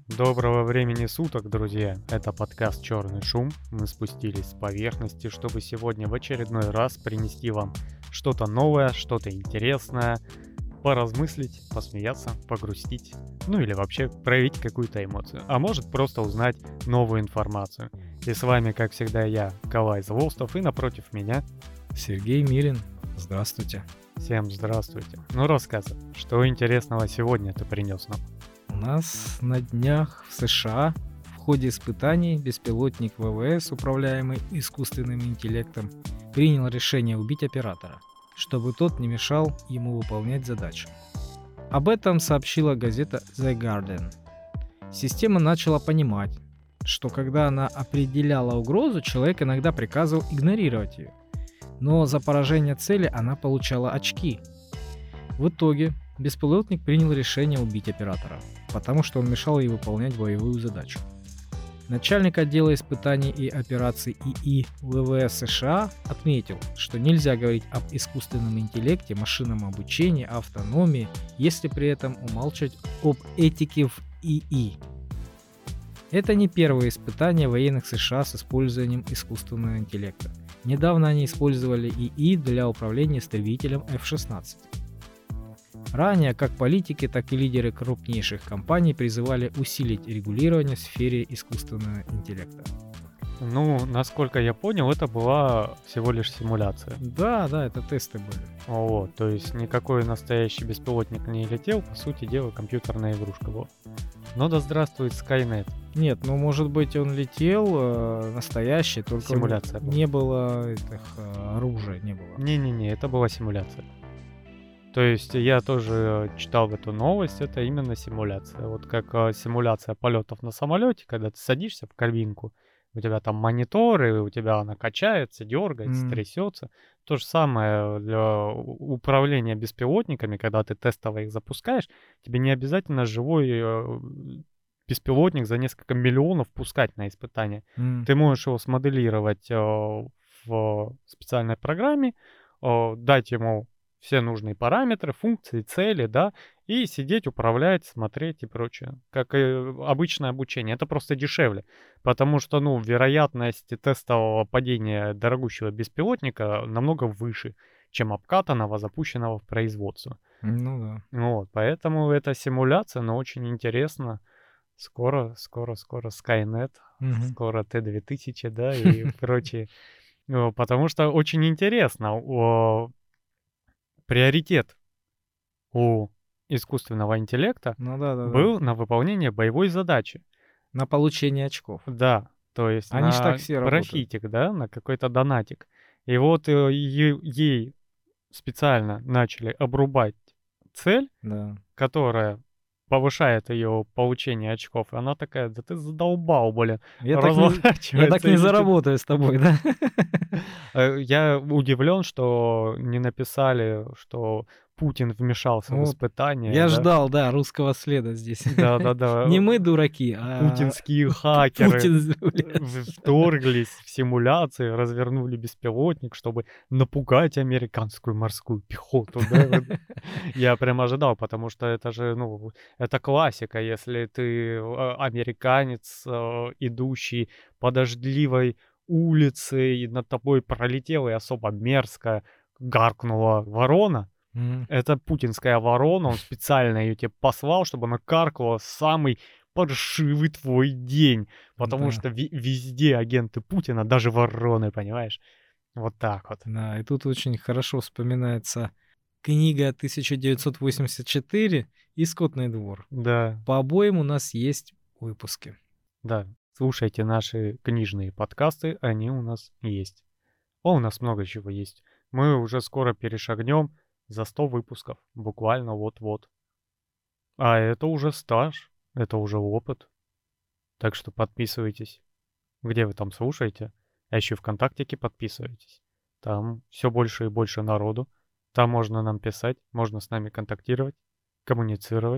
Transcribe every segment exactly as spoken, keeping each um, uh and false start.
Доброго времени суток, друзья! Это подкаст «Черный шум». Мы спустились с поверхности, чтобы сегодня в очередной раз принести вам что-то новое, что-то интересное, поразмыслить, посмеяться, погрустить, ну или вообще проявить какую-то эмоцию, а может просто узнать новую информацию. И с вами, как всегда, я, Калай Злостов, и напротив меня Сергей Мирин. Здравствуйте. Всем здравствуйте. Ну рассказывай, что интересного сегодня ты принес нам? У нас на днях в США в ходе испытаний беспилотник ВВС, управляемый искусственным интеллектом, принял решение убить оператора, чтобы тот не мешал ему выполнять задачу. Об этом сообщила газета The Guardian. Система начала понимать, что когда она определяла угрозу, человек иногда приказывал игнорировать ее. Но за поражение цели она получала очки. В итоге беспилотник принял решение убить оператора, потому что он мешал ей выполнять боевую задачу. Начальник отдела испытаний и операций ИИ ВВС США отметил, что нельзя говорить об искусственном интеллекте, машинном обучении, автономии, если при этом умалчивать об этике в ИИ. Это не первое испытание военных США с использованием искусственного интеллекта. Недавно они использовали ИИ для управления истребителем эф шестнадцать. Ранее как политики, так и лидеры крупнейших компаний призывали усилить регулирование в сфере искусственного интеллекта. Ну, насколько я понял, это была всего лишь симуляция. Да, да, это тесты были. Вот, то есть никакой настоящий беспилотник не летел, по сути дела, компьютерная игрушка была. Но да здравствует Skynet. Нет, ну может быть он летел э, настоящий, только Симуляция была. не было этих э, оружия, не было. Не-не-не, это была симуляция. То есть я тоже читал эту новость, это именно симуляция. Вот как э, симуляция полетов на самолете, когда ты садишься в кабинку, у тебя там мониторы, у тебя она качается, дергается, М. трясется. То же самое для управления беспилотниками, когда ты тестово их запускаешь, тебе не обязательно живой э, беспилотник за несколько миллионов пускать на испытания. М. Ты можешь его смоделировать э, в специальной программе, э, дать ему все нужные параметры, функции, цели, да, и сидеть, управлять, смотреть и прочее. Как и обычное обучение. Это просто дешевле, потому что, ну, вероятность тестового падения дорогущего беспилотника намного выше, чем обкатанного, запущенного в производство. Ну да. Вот, поэтому это симуляция, но очень интересно. Скоро, скоро, скоро Skynet, Мгм. скоро Т две тысячи, да, и прочие. Ну, потому что очень интересно. о, Приоритет у искусственного интеллекта Ну да, да, да. был на выполнение боевой задачи. На получение очков. Да, то есть Они ж на так все работают. профитик, да, на какой-то донатик. И вот э, е- ей специально начали обрубать цель, Да. которая повышает ее получение очков. И она такая: да ты задолбал, блин, Я так не, я так разворачивается и не летит. заработаю с тобой, да? Э, Я удивлен, что не написали, что Путин вмешался в Вот. испытание, Я да. ждал, да, русского следа здесь. Да-да-да. Не мы дураки, а Путинские хакеры Путин, блядь. в- вторглись в симуляции, развернули беспилотник, чтобы напугать американскую морскую пехоту. Да? Вот. Я прям ожидал, потому что это же, ну, это классика, если ты э, американец, э, идущий по дождливой улице, и над тобой пролетела и особо мерзко гаркнула ворона. М. Это путинская ворона, он специально ее тебе послал, чтобы она каркала в самый паршивый твой день. Потому Да. что ви- везде агенты Путина, даже вороны, понимаешь? Вот так вот. Да, и тут очень хорошо вспоминается книга тысяча девятьсот восемьдесят четыре и «Скотный двор». Да, По обоим у нас есть выпуски. да. Слушайте наши книжные подкасты, они у нас есть. О, у нас много чего есть. Мы уже скоро перешагнем за сто выпусков. Буквально вот-вот. А это уже стаж, это уже опыт. Так что подписывайтесь. Где вы там слушаете? А еще ВКонтактике подписывайтесь. Там все больше и больше народу. Там можно нам писать, можно с нами контактировать, коммуницировать.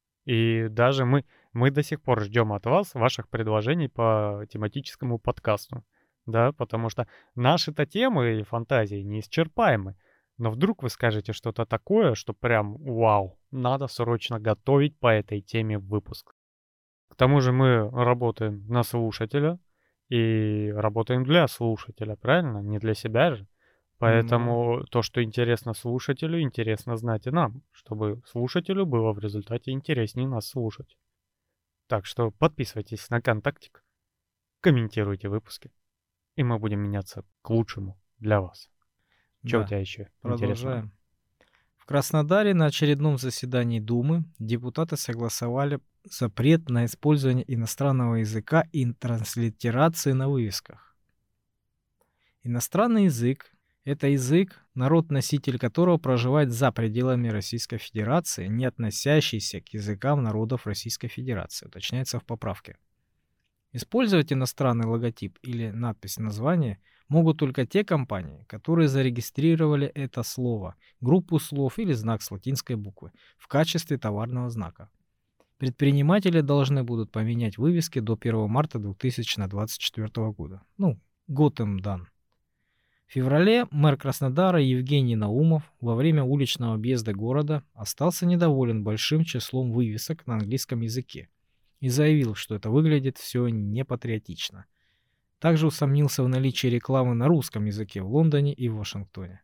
И даже мы, мы до сих пор ждем от вас ваших предложений по тематическому подкасту. Да, потому что наши-то темы и фантазии неисчерпаемы. Но вдруг вы скажете что-то такое, что прям вау, надо срочно готовить по этой теме выпуск. тому же мы работаем на слушателя и работаем для слушателя, правильно? Не для себя же. Ну, Поэтому то, что интересно слушателю, интересно знать и нам, чтобы слушателю было в результате интереснее нас слушать. Так что подписывайтесь на «Контактик», комментируйте выпуски, и мы будем меняться к лучшему для вас. Что у да, тебя еще интересного? продолжаем. В Краснодаре на очередном заседании Думы депутаты согласовали запрет на использование иностранного языка и транслитерации на вывесках. Иностранный язык — это язык, народ-носитель которого проживает за пределами Российской Федерации, не относящийся к языкам народов Российской Федерации, уточняется в поправке. Использовать иностранный логотип или надпись названия могут только те компании, которые зарегистрировали это слово, группу слов или знак с латинской буквы в качестве товарного знака. Предприниматели должны будут поменять вывески до первого марта две тысячи двадцать четвёртого года. Ну, год им дан. В феврале мэр Краснодара Евгений Наумов во время уличного объезда города остался недоволен большим числом вывесок на английском языке и заявил, что это выглядит все непатриотично. Также усомнился в наличии рекламы на русском языке в Лондоне и Вашингтоне.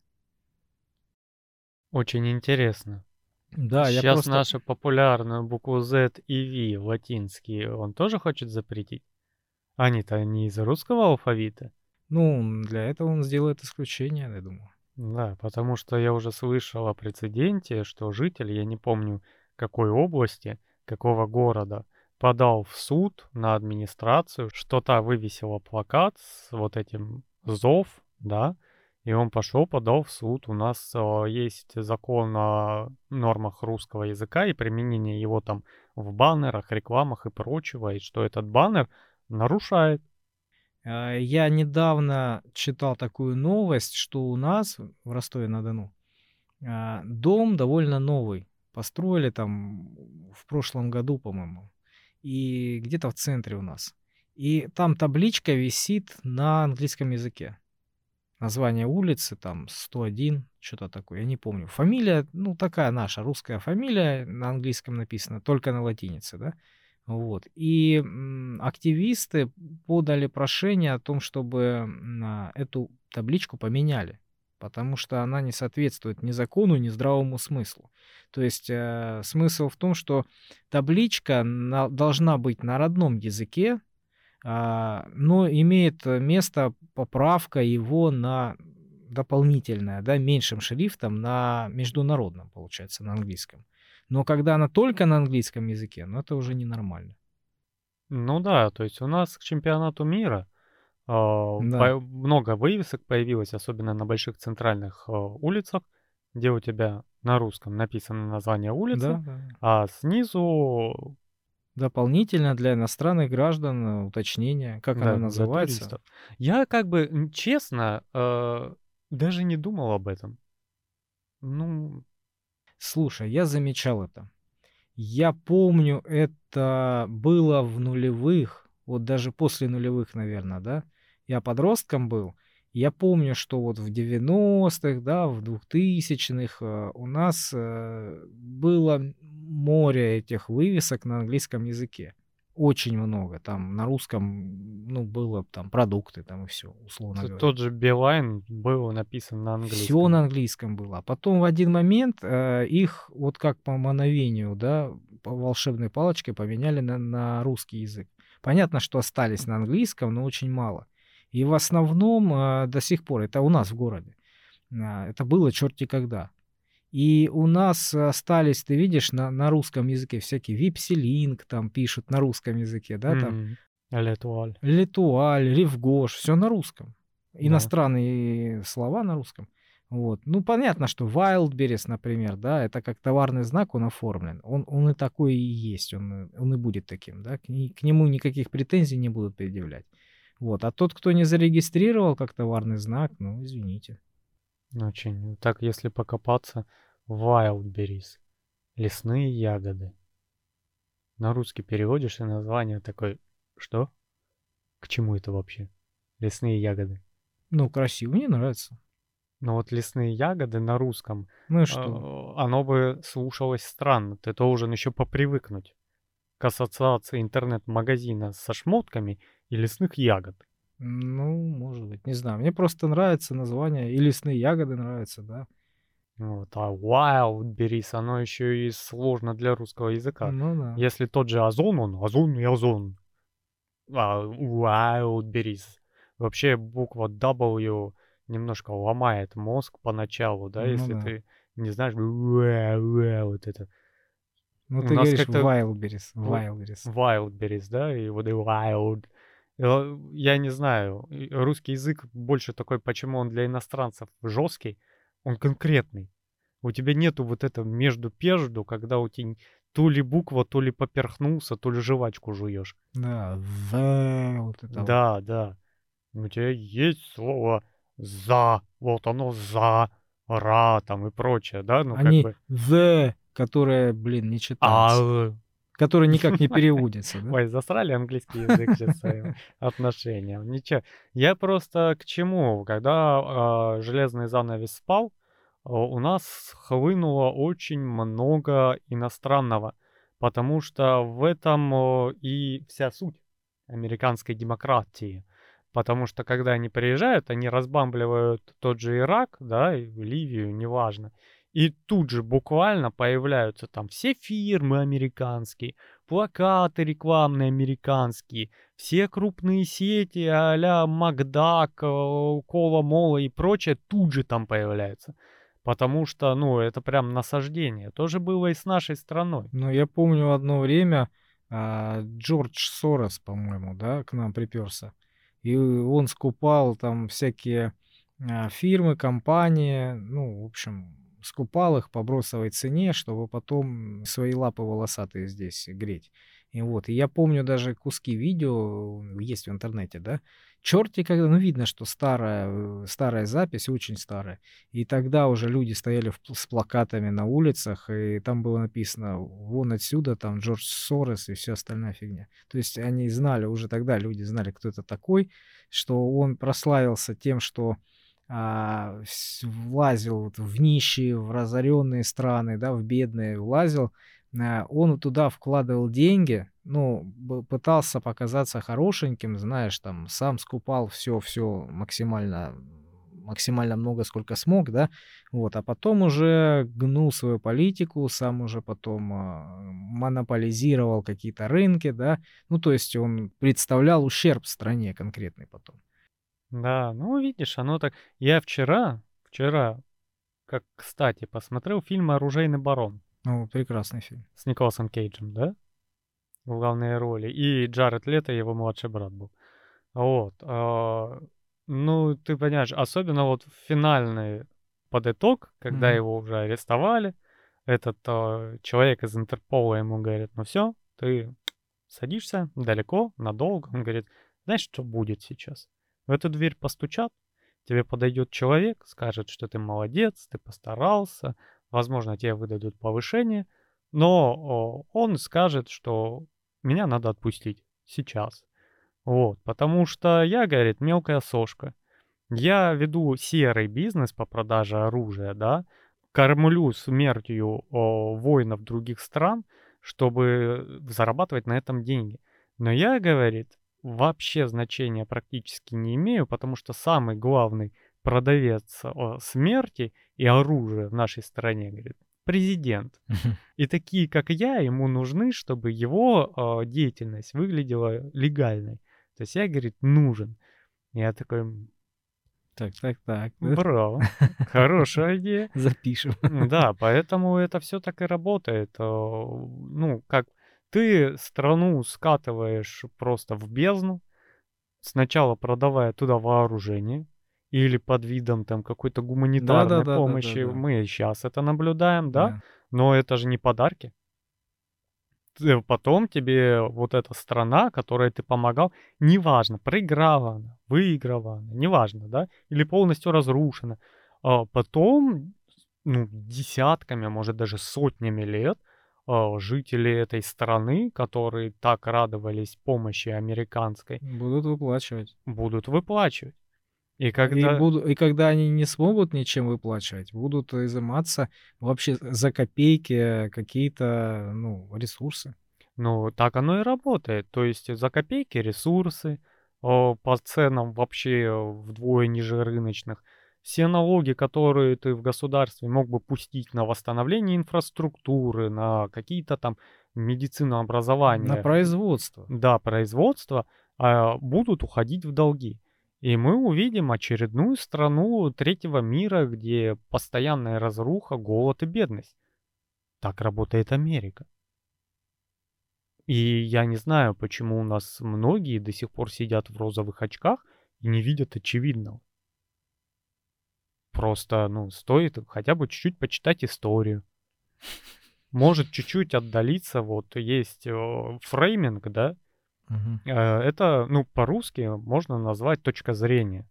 Очень интересно. Да, я Сейчас просто... нашу популярную букву Z и V латинские он тоже хочет запретить? Они-то не из русского алфавита? Ну, для этого он сделает исключение, я думаю. Да, потому что я уже слышал о прецеденте, что житель, я не помню какой области, какого города, подал в суд на администрацию, что та вывесила плакат с вот этим зов, да, и он пошел, подал в суд. У нас э, есть закон о нормах русского языка и применение его там в баннерах, рекламах и прочего, и что этот баннер нарушает. А, Я недавно читал такую новость, что у нас в Ростове-на-Дону а, дом довольно новый. Построили там в прошлом году, по-моему. И где-то в центре у нас. И там табличка висит на английском языке. Название улицы, там сто один, что-то такое, я не помню. Фамилия, ну, такая наша, русская фамилия, на английском написано, только на латинице, да. Вот. И м, активисты подали прошение о том, чтобы м, а, эту табличку поменяли, потому что она не соответствует ни закону, ни здравому смыслу. То есть э, смысл в том, что табличка на- должна быть на родном языке, а, но имеет э, место поправка его на дополнительное, да, меньшим шрифтом на международном, получается, на английском. Но когда она только на английском языке, ну это уже ненормально. Ну да, то есть у нас к чемпионату мира а, Да, по- много вывесок появилось, особенно на больших центральных а, улицах, где у тебя на русском написано название улицы, да, да. а снизу, Дополнительно для иностранных граждан э, уточнение, как она да, для называется. туристов. Я как бы, м, честно, э, даже не думал об этом. Ну, Слушай, я замечал это. Я помню, это было в нулевых, вот даже после нулевых, наверное, да. Я подростком был. Я помню, что вот в девяностых, да, в двухтысячных э, у нас э, было море этих вывесок на английском языке. Очень много. Там на русском, ну, было там продукты там и все, условно т- говоря. тот же Билайн был написан на Все на английском. английском было. А потом в один момент э, их вот как по мановению, да, по волшебной палочке поменяли на, на русский язык. Понятно, что остались на английском, но очень мало. И в основном э, до сих пор, это у нас в городе, а, это было черти когда. И у нас остались, ты видишь, на, на русском языке всякие Випселинг там пишут на русском языке, да, там Мгм. Летуаль, Летуаль, Ревгош, все на русском. да. Иностранные слова на русском. Вот. Ну, понятно, что Wildberries, например, да, это как товарный знак, он оформлен. Он, он и такой и есть, он, он и будет таким, да. К, ни- к нему никаких претензий не будут предъявлять. Вот. А тот, кто не зарегистрировал как товарный знак, ну, извините. Очень. Так, если покопаться, wildberries, лесные ягоды. На русский переводишь, и название такое, что? К чему это вообще? Лесные ягоды. Ну, красиво, мне нравится. Но вот лесные ягоды на русском, Ну и э, что? оно бы слушалось странно. Ты должен еще попривыкнуть. к ассоциации интернет-магазина со шмотками и лесных ягод. Ну, может быть, не знаю. Мне просто нравится название. И лесные ягоды нравятся, да. Вот, а Wildberries, оно еще и сложно для русского языка. Ну да. Если тот же Озон, он Озон и Озон. А Wildberries. Вообще буква W немножко ломает мозг поначалу, да, Ну если да. ты не знаешь, уа, уа, вот это. Ну, У ты нас говоришь как-то Wildberries. в- Wildberries. Wildberries, да, и вот и Wild. Э, Я не знаю, и русский язык больше такой, почему он для иностранцев жесткий, он конкретный. У тебя нету вот этого между-пежду, когда у тебя то ли буква, то ли поперхнулся, то ли жвачку жуешь. Да, the, вот это вот. Да, да. У тебя есть слово «за», вот оно «за», «ра» там и прочее, да, ну как Они бы the, которое, блин, не читается. «ал». Которое никак не переводится, да? Ой, засрали английский язык сейчас своим отношением. Ничего. Я просто к чему? Когда а, железный занавес спал, а, у нас хлынуло очень много иностранного, потому что в этом о, и вся суть американской демократии. Потому что когда они приезжают, они разбамбливают тот же Ирак, да, и Ливию, неважно. И тут же буквально появляются там все фирмы американские, плакаты рекламные американские, все крупные сети а-ля Макдак, Кола Мола и прочее тут же там появляются. Потому что, ну, это прям насаждение. То же было и с нашей страной. Но я помню одно время, а, Джордж Сорос, по-моему, да, к нам приперся. И он скупал там всякие а, фирмы, компании, ну, в общем, скупал их по бросовой цене, чтобы потом свои лапы волосатые здесь греть. И вот, и я помню даже куски видео, есть в интернете, да, черти когда, ну, видно, что старая, э, старая запись, очень старая. И тогда уже люди стояли в пл с плакатами на улицах, и там было написано: "Вон отсюда там Джордж Сорос" и вся остальная фигня. То есть они знали, уже тогда люди знали, кто это такой, что он прославился тем, что, а, вс влазил вот в нищие, в разоренные страны, да, в бедные влазил. А, он туда вкладывал деньги, ну, б пытался показаться хорошеньким, знаешь, там сам скупал все, все максимально максимально много, сколько смог, да. Вот, а потом уже гнул свою политику, сам уже потом, а, монополизировал какие-то рынки, да. Ну, то есть он представлял ущерб стране конкретный потом. Да, ну видишь, оно так. Я вчера, вчера, как кстати, посмотрел фильм «Оружейный барон» Ну, прекрасный фильм. с Николасом Кейджем, да, в главной роли. И Джаред Лето, его младший брат был. Вот. а, Ну, ты понимаешь, особенно вот в финальный под итог, когда Мгм. его уже арестовали, этот а, человек из Интерпола ему говорит: ну все, ты садишься далеко, надолго. Он говорит: знаешь, что будет сейчас? В эту дверь постучат, тебе подойдет человек, скажет, что ты молодец, ты постарался, возможно, тебе выдадут повышение, но о, он скажет, что меня надо отпустить сейчас. Вот, потому что я, говорит, мелкая сошка. Я веду серый бизнес по продаже оружия, да, кормлю смертью о, воинов других стран, чтобы зарабатывать на этом деньги. Но я, говорит, вообще значения практически не имею, потому что самый главный продавец о, смерти и оружия в нашей стране, говорит, президент. И такие, как я, ему нужны, чтобы его а, деятельность выглядела легальной. То есть я, говорит, нужен. Я такой: Так так так, да? браво, хорошая идея. Запишем. М, Да, поэтому это все так и работает. А, Ну, как ты страну скатываешь просто в бездну, сначала продавая туда вооружение или под видом там какой-то гуманитарной помощи. Да-да-да-да-да-да. Мы и сейчас это наблюдаем, да, Да. но это же не подарки. Т Потом тебе вот эта страна, которой ты помогал, неважно, проиграла она, выиграла она, неважно, да, или полностью разрушена. А потом, ну, десятками, а может, даже сотнями лет, а, жители этой страны, которые так радовались помощи американской, Будут выплачивать. будут выплачивать. И И когда буду и когда они не смогут ничем выплачивать, будут изыматься вообще за копейки какие-то, ну, ресурсы. Ну, так оно и работает. То есть за копейки ресурсы, о, по ценам вообще э, вдвое ниже рыночных. Все налоги, которые ты в государстве мог бы пустить на восстановление инфраструктуры, на какие-то там медицину, На образование, производство. да, производства, а, будут уходить в долги. И мы увидим очередную страну третьего мира, где постоянная разруха, голод и бедность. Так работает Америка. И я не знаю, почему у нас многие до сих пор сидят в розовых очках и не видят очевидного. Просто, ну, стоит хотя бы чуть-чуть почитать историю. Может чуть-чуть отдалиться. Вот есть э, фрейминг, да? Мгм. Э, Это, ну, по-русски можно назвать точка зрения.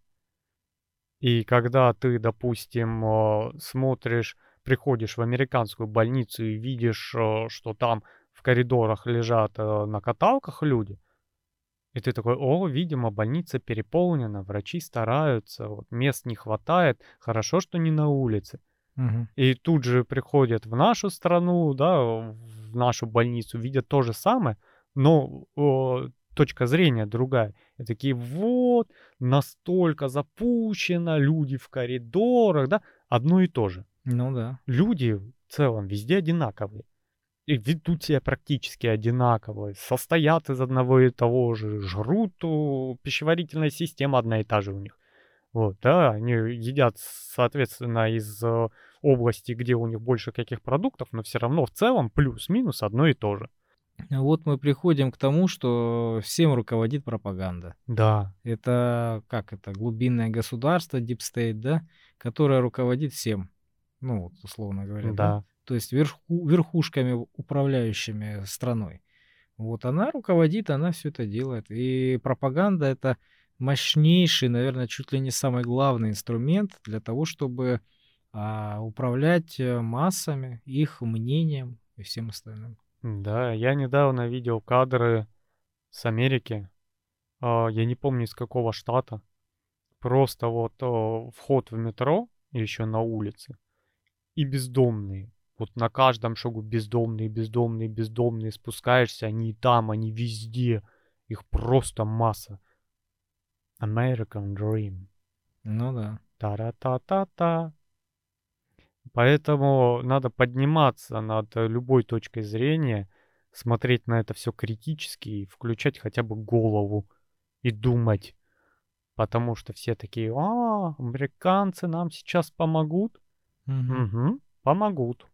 И когда ты, допустим, э, смотришь, приходишь в американскую больницу и видишь, э, что там в коридорах лежат э, на каталках люди, и ты такой: о, видимо, больница переполнена, врачи стараются, вот мест не хватает, хорошо, что не на улице. Мгм. И тут же приходят в нашу страну, да, в нашу больницу, видят то же самое, но о, точка зрения другая. И такие: вот, настолько запущено, люди в коридорах, да, одно и то же. Ну да. Люди в целом везде одинаковые. И ведут себя практически одинаково, состоят из одного и того же, жрут, у, пищеварительная система одна и та же у них. Вот, да, они едят, соответственно, из э, области, где у них больше каких продуктов, но все равно в целом плюс-минус одно и то же. Вот мы приходим к тому, что всем руководит пропаганда. Да, Это как это? Глубинное государство, Deep State, да, которое руководит всем. Ну, вот, условно говоря, да. да, То есть верху, верхушками управляющими страной. Вот она руководит, она все это делает. И пропаганда это мощнейший, наверное, чуть ли не самый главный инструмент для того, чтобы а, управлять э, массами, их мнением и всем остальным. да. Я недавно видел кадры с Америки. а, Я не помню, из какого штата. Просто вот о, вход в метро, еще на улице, и бездомные. Вот на каждом шагу бездомные, бездомные, бездомные. Спускаешься, они и там, они везде. Их просто масса. American Dream. Ну да. Та-ра-та-та-та. Поэтому надо подниматься над э, любой точкой зрения, смотреть на это все критически и включать хотя бы голову и думать. Потому что все такие: а, американцы нам сейчас помогут. Мгм. Угу, помогут.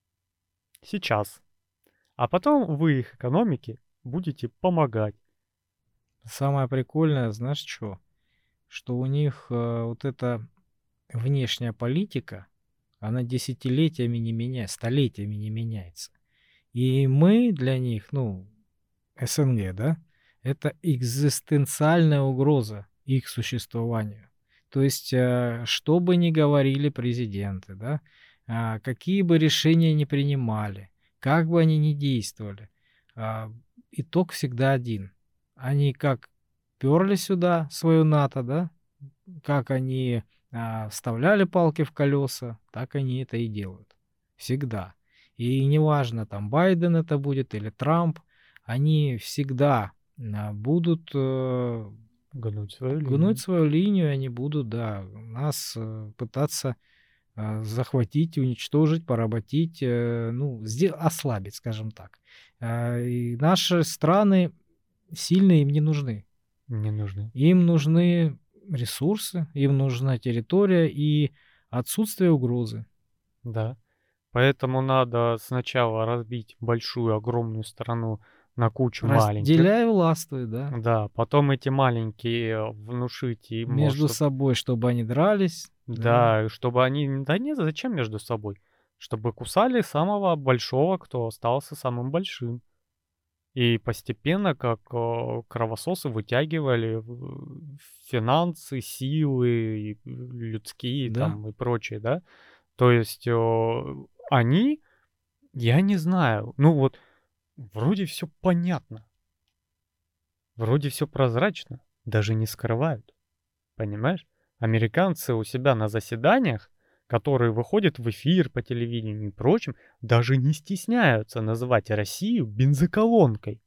Сейчас. А потом вы их экономике будете помогать. Самое прикольное, знаешь, что? Что у них э, вот эта внешняя политика, она десятилетиями не меняется, столетиями не меняется. И мы для них, ну, С Н Г, да, это экзистенциальная угроза их существованию. То есть, э, что бы ни говорили президенты, да, а, какие бы решения ни принимали, как бы они ни действовали, а, итог всегда один. Они как перли сюда свою НАТО, да, как они а, вставляли палки в колеса, так они это и делают. Всегда. И неважно, там Байден это будет или Трамп, они всегда а, будут э, Гнуть свою гнуть линию. свою линию, они будут, да, нас э, пытаться а, захватить, уничтожить, поработить, э, ну, сде- ослабить, скажем так. А, и наши страны сильные им не нужны. Не нужны. Им нужны ресурсы, им нужна территория и отсутствие угрозы. Да. Поэтому надо сначала разбить большую, огромную страну на кучу маленьких. Разделяй, властвуй, да, Да, потом эти маленькие внушить им, мо между чтоб собой, чтобы они дрались, да. да, и чтобы они да не, зачем между собой? Чтобы кусали самого большого, кто остался самым большим. И постепенно, как, э, кровососы вытягивали в финансы, силы и людские Да, там и прочее, да. То есть, э, они, я не знаю, ну вот вроде все понятно, вроде все прозрачно, даже не скрывают, понимаешь? Американцы у себя на заседаниях которые выходят в эфир по телевидению и прочим, даже не стесняются называть Россию бензоколонкой.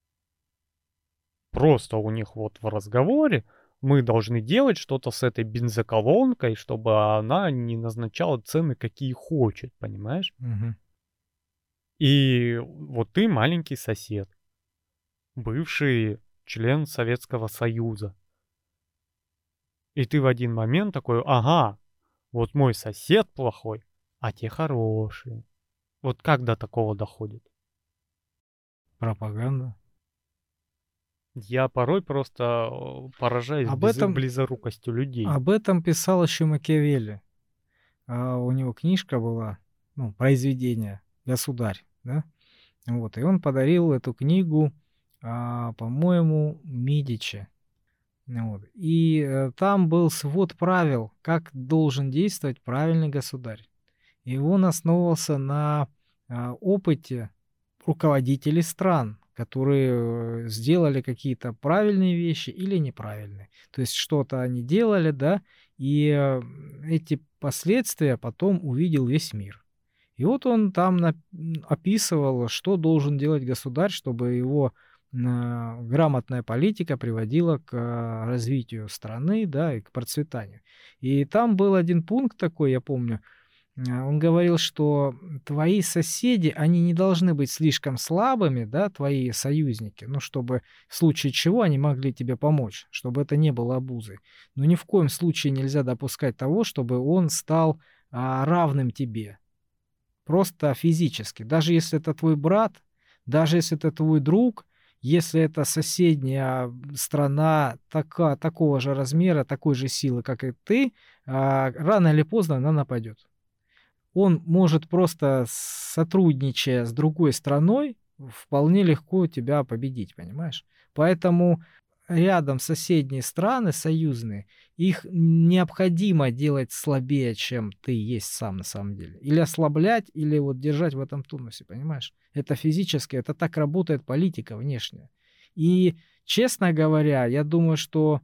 Просто у них вот в разговоре мы должны делать что-то с этой бензоколонкой, чтобы она не назначала цены, какие хочет, понимаешь? Мгм. И вот ты маленький сосед, бывший член Советского Союза. И ты в один момент такой: ага, вот мой сосед плохой, а те хорошие. Вот как до такого доходит? Пропаганда. Я порой просто э, поражаюсь Об без- этом, близорукостью людей. об этом писал еще Макиавелли. А, у него книжка была, ну, произведение «Государь», да? Вот, и он подарил эту книгу, а, по-моему, Медичи. Ну вот, и, э, там был свод правил, как должен действовать правильный государь. И он основывался на, а, опыте руководителей стран, которые, э, сделали какие-то правильные вещи или неправильные. То есть что-то они делали, да, и, э, эти последствия потом увидел весь мир. И вот он там нап м, описывал, что должен делать государь, чтобы его, а, грамотная политика приводила к, а, развитию страны, да, и к процветанию. И там был один пункт такой, я помню. А, он говорил, что твои соседи, они не должны быть слишком слабыми, да, твои союзники, ну, чтобы в случае чего они могли тебе помочь, чтобы это не было обузой. Но ни в коем случае нельзя допускать того, чтобы он стал, а, равным тебе. Просто физически. Даже если это твой брат, даже если это твой друг, если это соседняя страна така такого же размера, такой же силы, как и ты, а, рано или поздно она нападет. Он может просто, сотрудничая с другой страной, вполне легко тебя победить, понимаешь? Поэтому рядом соседние страны союзные, их необходимо делать слабее, чем ты есть сам на самом деле. Или ослаблять, или вот держать в этом тонусе, понимаешь? Это физически, это так работает политика внешняя. И, честно говоря, я думаю, что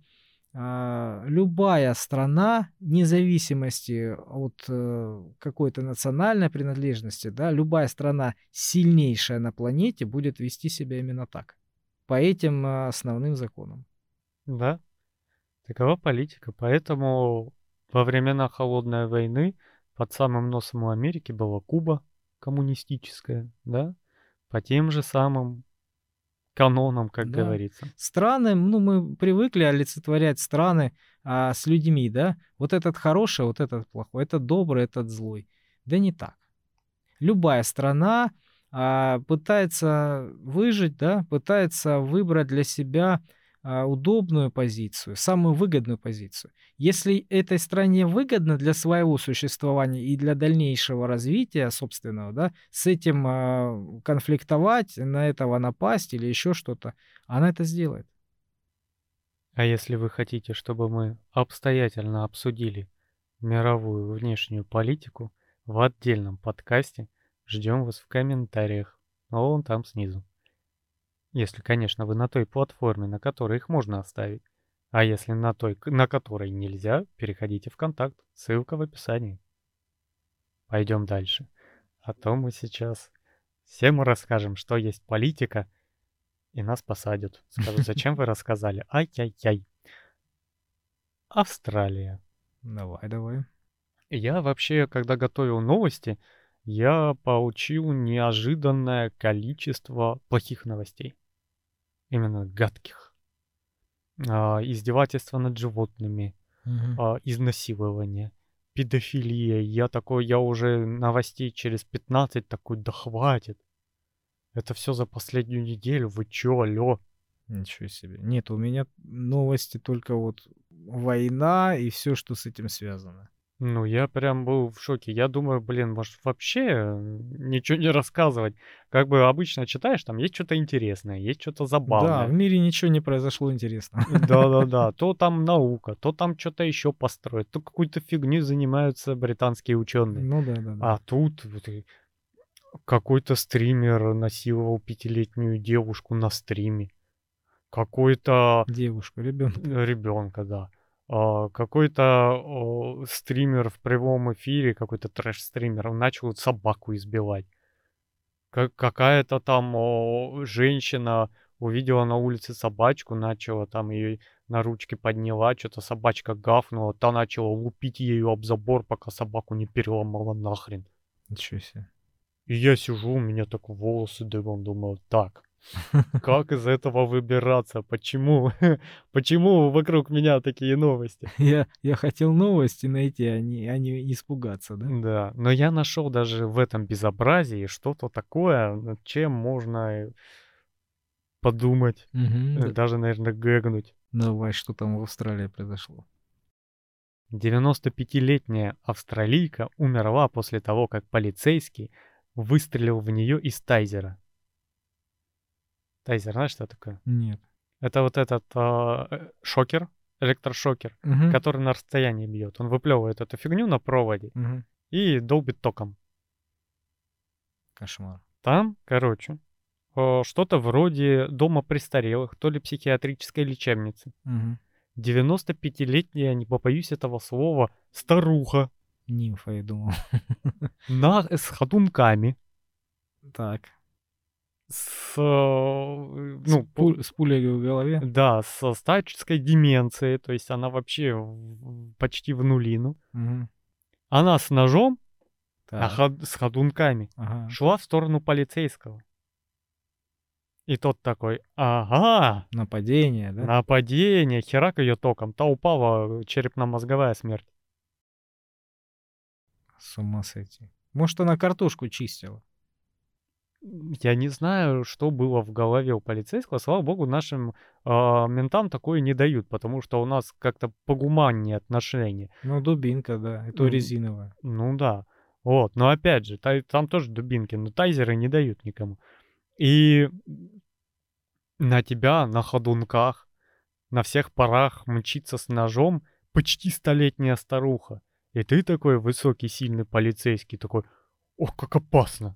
а, любая страна, вне зависимости от э, какой-то национальной принадлежности, да, любая страна, сильнейшая на планете, будет вести себя именно так. По этим а, основным законам. Да, такова политика. Поэтому во времена Холодной войны под самым носом у Америки была Куба коммунистическая, да, по тем же самым канонам, как Да. говорится. Страны, ну, мы привыкли олицетворять страны а, с людьми, да. Вот этот хороший, вот этот плохой, этот добрый, этот злой. Да не так. Любая страна а, пытается выжить, да, пытается выбрать для себя а, удобную позицию, самую выгодную позицию. Если этой стране выгодно для своего существования и для дальнейшего развития собственного, да, с этим а, конфликтовать, на этого напасть или еще что-то, она это сделает. А если вы хотите, чтобы мы обстоятельно обсудили мировую внешнюю политику в отдельном подкасте, ждем вас в комментариях. Вон там снизу. Если, конечно, вы на той платформе, на которой их можно оставить. А если на той, к- на которой нельзя, переходите в контакт. Ссылка в описании. Пойдем дальше. А то мы сейчас всем расскажем, что есть политика, и нас посадят. Скажут, зачем вы рассказали? Ай-яй-яй. Австралия. Давай, давай. Я вообще, когда готовил новости, я получил неожиданное количество плохих новостей. Именно гадких. А, издевательства над животными, Мгм. а, изнасилование, педофилия. Я такой, я уже новостей через пятнадцать такой, да хватит. Это все за последнюю неделю. Вы чё, алё? Ничего себе. Нет, у меня новости только вот война и все, что с этим связано. Ну, я прям был в шоке. Я думаю, блин, может вообще э, ничего не рассказывать. Как бы обычно читаешь, там есть что-то интересное, есть что-то Да, в забавное. мире ничего не произошло интересного. Да-да-да, то там наука, то там что-то еще построят, то какую-то фигню занимаются британские ученые. Ну да-да-да. А тут вот и какой-то стример насиловал пятилетнюю девушку на стриме. Какой-то Девушку, ребенка. ребенка, да. а, какой-то о, стример в прямом эфире, какой-то трэш-стример, он начал собаку избивать. Как какая-то там о, женщина увидела на улице собачку, начала там ее на ручки подняла, что-то собачка гавкнула, та начала лупить ею об забор, пока собаку не переломала нахрен. Ничего себе. И я сижу, у меня так волосы дыбом, думаю, так, как из этого выбираться? Почему? Почему вокруг меня такие новости? Я, я хотел новости найти, а не, а не испугаться, да? Да, но я нашел даже в этом безобразии что-то такое, над чем можно э, подумать, Мгм, э, да. даже, наверное, гэгнуть. Давай, что там в Австралии произошло? девяностопятилетняя австралийка умерла после того, как полицейский выстрелил в нее из тайзера. Тайзер, знаешь, что такое? Нет. Это вот этот а, э, шокер, электрошокер, Мгм, который на расстоянии бьет. Он выплевывает эту фигню на проводе мгм. и долбит током. Кошмар. Там, короче, э, что-то вроде дома престарелых, то ли психиатрической лечебницы. Мгм. девяностопятилетняя, не побоюсь этого слова, старуха Нимфа, я думал. на, с ходунками, Так. с, э, С, ну, по- пу- с пулей в голове? да, со старческой деменцией, то есть она вообще в- почти в нулину. Мгм. Она с ножом на Так. ход- с ходунками Ага. шла в сторону полицейского. И тот такой, ага, Нападение, да? нападение, херак ее током. Та упала, э, черепно-мозговая смерть. С ума сойти. Может, она картошку чистила? М, Я не знаю, что было в голове у полицейского. Слава богу, нашим а, ментам такое не дают, потому что у нас как-то погуманнее отношения. Ну, дубинка, да. И то М, резиновая. Ну да. Вот. Но опять же, тай- там тоже дубинки, но тайзеры не дают никому. И на тебя на ходунках на всех парах мчится с ножом почти столетняя старуха. И ты такой высокий, сильный полицейский, такой, ох, как опасно.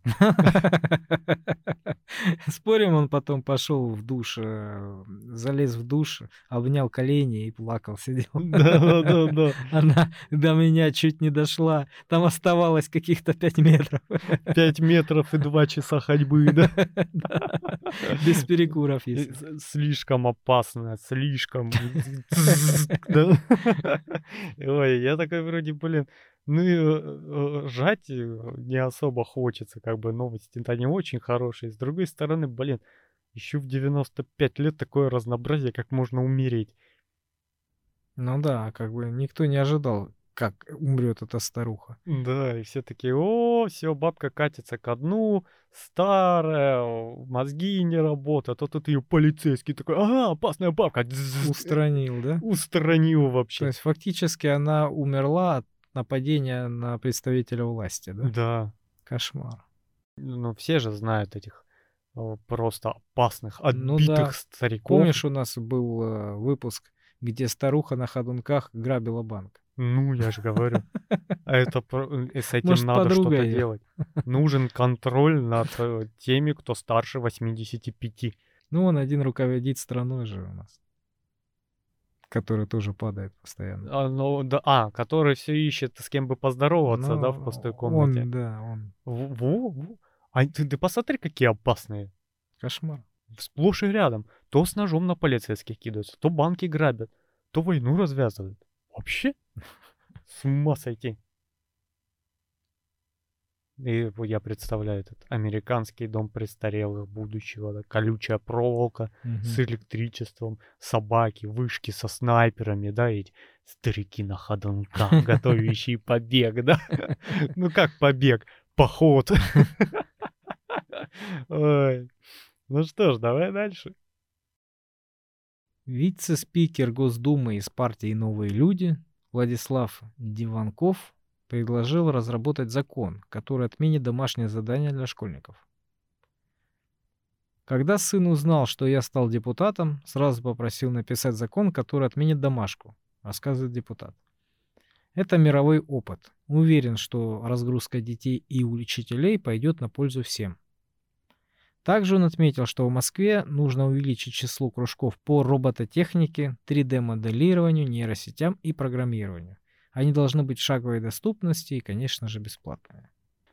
Спорим, он потом пошел в душ, э, залез в душ, обнял колени и плакал, сидел. Да-да-да-да. Она до меня чуть не дошла. Там оставалось каких-то пять метров. Пять метров и два часа ходьбы, да? Да. Без перекуров, И если. с- Слишком опасно, слишком. Да. Ой, я такой вроде, блин, ну и э, э, ржать э, не особо хочется, как бы новости-то не очень хорошие. С другой стороны, блин, еще в девяносто пять лет такое разнообразие, как можно умереть. Ну да, как бы никто не ожидал, как умрет эта старуха. Да, и все такие, о, все, бабка катится ко дну, старая, о, мозги не работают, а тут ее полицейский такой, ага, опасная бабка, дзз, э, Устранил, да? устранил То вообще. есть фактически она умерла от нападения на представителя власти, да? Да, Кошмар. ну все же знают этих о, просто опасных, Ну отбитых да. стариков. Помнишь, у нас был э, выпуск, где старуха на ходунках грабила банк? Ну, я же говорю, а это про- э, с этим Может, надо подруга что-то её? делать. Нужен контроль над э, теми, кто старше восьмидесяти пяти. Ну, он один руководит страной же у нас, который тоже падает постоянно. А, ну да, а, который все ищет, с кем бы поздороваться, да, в пустой Ну, комнате. он, да, он Во во во. А ты ты посмотри, какие опасные. кошмар. Сплошь и рядом. То с ножом на полицейских кидаются, то банки грабят, то войну развязывают. Вообще с ума сойти. И вот я представляю этот американский дом престарелых будущего, да, колючая проволока с Мгм. электричеством, собаки, вышки со снайперами, да, эти старики на ходунках, готовящие побег, да. Ну как побег? Поход. Ой. Ну что ж, давай дальше. Вице-спикер Госдумы из партии «Новые люди» Владислав Диванков предложил разработать закон, который отменит домашнее задание для школьников. Когда сын узнал, что я стал депутатом, сразу попросил написать закон, который отменит домашку, рассказывает депутат. Это мировой опыт. Уверен, что разгрузка детей и учителей пойдет на пользу всем. Также он отметил, что в Москве нужно увеличить число кружков по робототехнике, три дэ-моделированию, нейросетям и программированию. Они должны быть в шаговой доступности и, конечно же, бесплатными.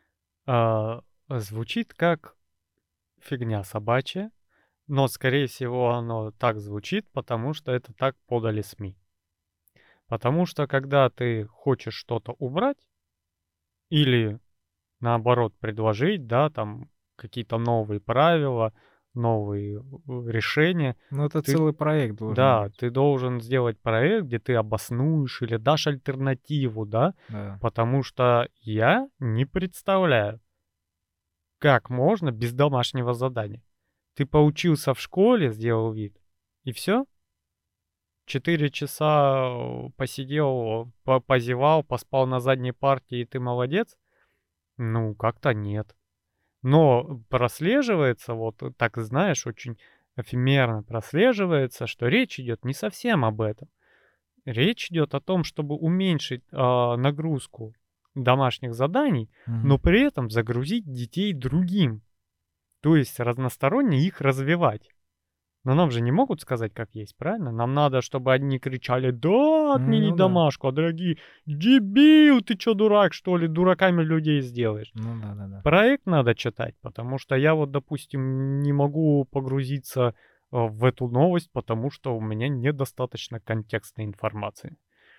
А, звучит как фигня собачья, но, скорее всего, оно так звучит, потому что это так подали СМИ. Потому что, когда ты хочешь что-то убрать или, наоборот, предложить, да, там какие-то новые правила, новые э, решения, Ну, это ты, целый проект должен да, быть. ты должен сделать проект, где ты обоснуешь или дашь альтернативу, да, Да. потому что я не представляю, как можно без домашнего задания. Ты поучился в школе, сделал вид, и все? Четыре часа э, посидел, по- позевал, поспал на задней партии, и ты молодец? Ну, как-то нет. Но прослеживается, вот э, так знаешь, очень эфемерно прослеживается, что речь идет не совсем об этом. Речь идет о том, чтобы уменьшить а, нагрузку домашних заданий, Мгм. но при этом загрузить детей другим. То есть разносторонне их развивать. Но нам же не могут сказать, как есть, правильно? Нам надо, чтобы одни кричали: "Да, М, отмени Ну да. домашку", а другие: "Дебил, ты чё, дурак, что ли? Дураками людей сделаешь". Ну да, да, да. Проект надо читать, потому что я вот, допустим, не могу погрузиться, а, в эту новость, потому что у меня недостаточно контекстной информации.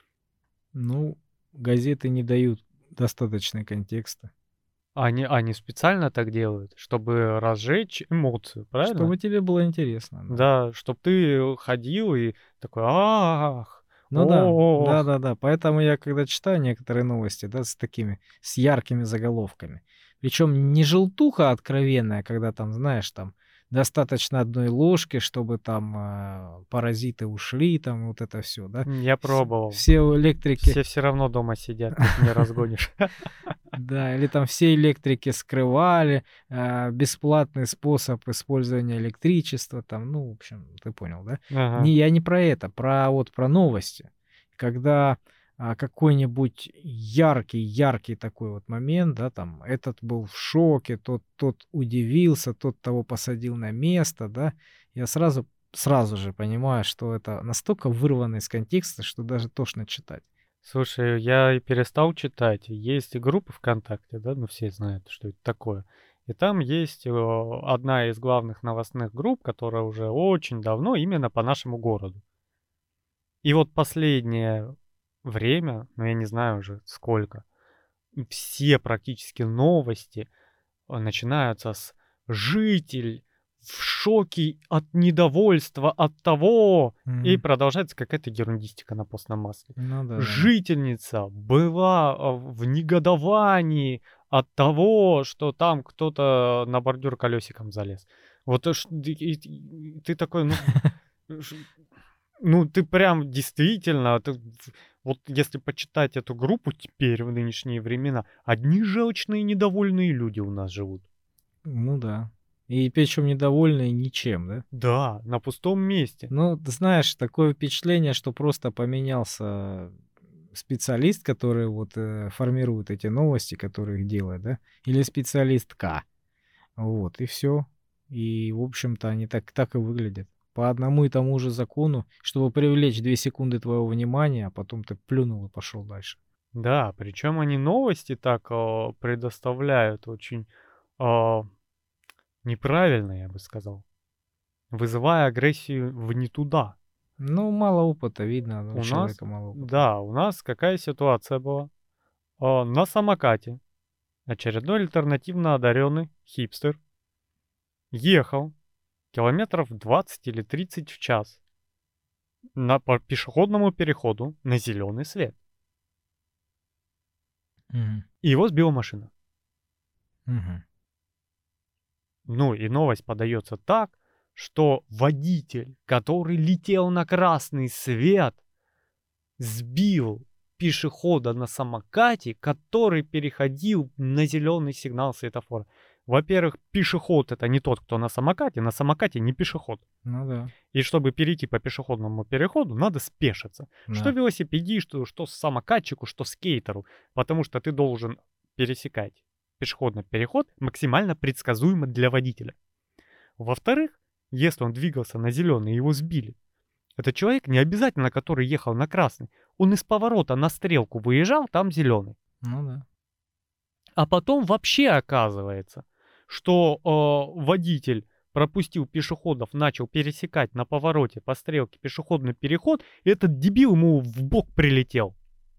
Ну, газеты не дают достаточно контекста. Они они специально так делают, чтобы разжечь эмоцию, правильно? Чтобы тебе было интересно, да. Да, чтоб ты ходил и такой: "Ах, Ну да, ох". да-да-да. Поэтому я, когда читаю некоторые новости, да, с такими, с яркими заголовками, причем не желтуха откровенная, когда там, знаешь, там достаточно одной ложки, чтобы там а, паразиты ушли, там вот это все, да. М, я Вс- пробовал. Все электрики, Все все равно дома сидят, их не разгонишь. да, или там все электрики скрывали, а, бесплатный способ использования электричества, там, ну, в общем, ты понял, да? Ага. Не, я не про это, про вот про новости. Когда а, какой-нибудь яркий, яркий такой вот момент, да, там, этот был в шоке, тот, тот удивился, тот того посадил на место, да, я сразу, сразу же понимаю, что это настолько вырвано из контекста, что даже тошно читать. Слушай, я и перестал читать. Есть и группа ВКонтакте, да, ну все знают, что это такое. И там есть э, одна из главных новостных групп, которая уже очень давно именно по нашему городу. И вот последнее время, ну я не знаю уже сколько, все практически новости а, начинаются с "житель в шоке от недовольства от того", и Мгм. продолжается какая-то ерундистика на постном масле. Ну да, да, да. Жительница была а, в негодовании от того, что там кто-то на бордюр колесиком залез. Вот уж и и и ты такой, ну, ш ну, ты прям действительно, ты в вот если почитать эту группу теперь, в нынешние времена, одни желчные недовольные люди у нас живут. Ну да. И причем недовольные ничем, да? Да, на пустом месте. Ну, ты знаешь, такое впечатление, что просто поменялся специалист, который вот э, формирует эти новости, который их делает, да, или специалистка. Вот, и все. И, в общем-то, они так, так и выглядят. По одному и тому же закону, чтобы привлечь две секунды твоего внимания, а потом ты плюнул и пошел дальше. Да, причем они новости так, а, предоставляют очень, а, неправильно, я бы сказал, вызывая агрессию в не туда. Ну, мало опыта, видно, у У нас, человека мало опыта. да, у нас какая ситуация была? А, на самокате очередной альтернативно одаренный хипстер ехал километров двадцать или тридцать в час на по пешеходному переходу на зеленый свет. Мгм. И его сбила машина. Мгм. Ну и новость подается так, что водитель, который летел на красный свет, сбил пешехода на самокате, который переходил на зеленый сигнал светофора. Во-первых, пешеход это не тот, кто на самокате, на самокате не пешеход. Ну да, И чтобы перейти по пешеходному переходу, надо спешиться. Что да. велосипедисту, что самокатчику, что скейтеру. Потому что ты должен пересекать пешеходный переход максимально предсказуемо для водителя. Во-вторых, если он двигался на зеленый и его сбили, это человек не обязательно, который ехал на красный. Он из поворота на стрелку выезжал, там зеленый. Ну да. А потом вообще оказывается, что э, водитель пропустил пешеходов, начал пересекать на повороте по стрелке пешеходный переход, и этот дебил ему в бок прилетел.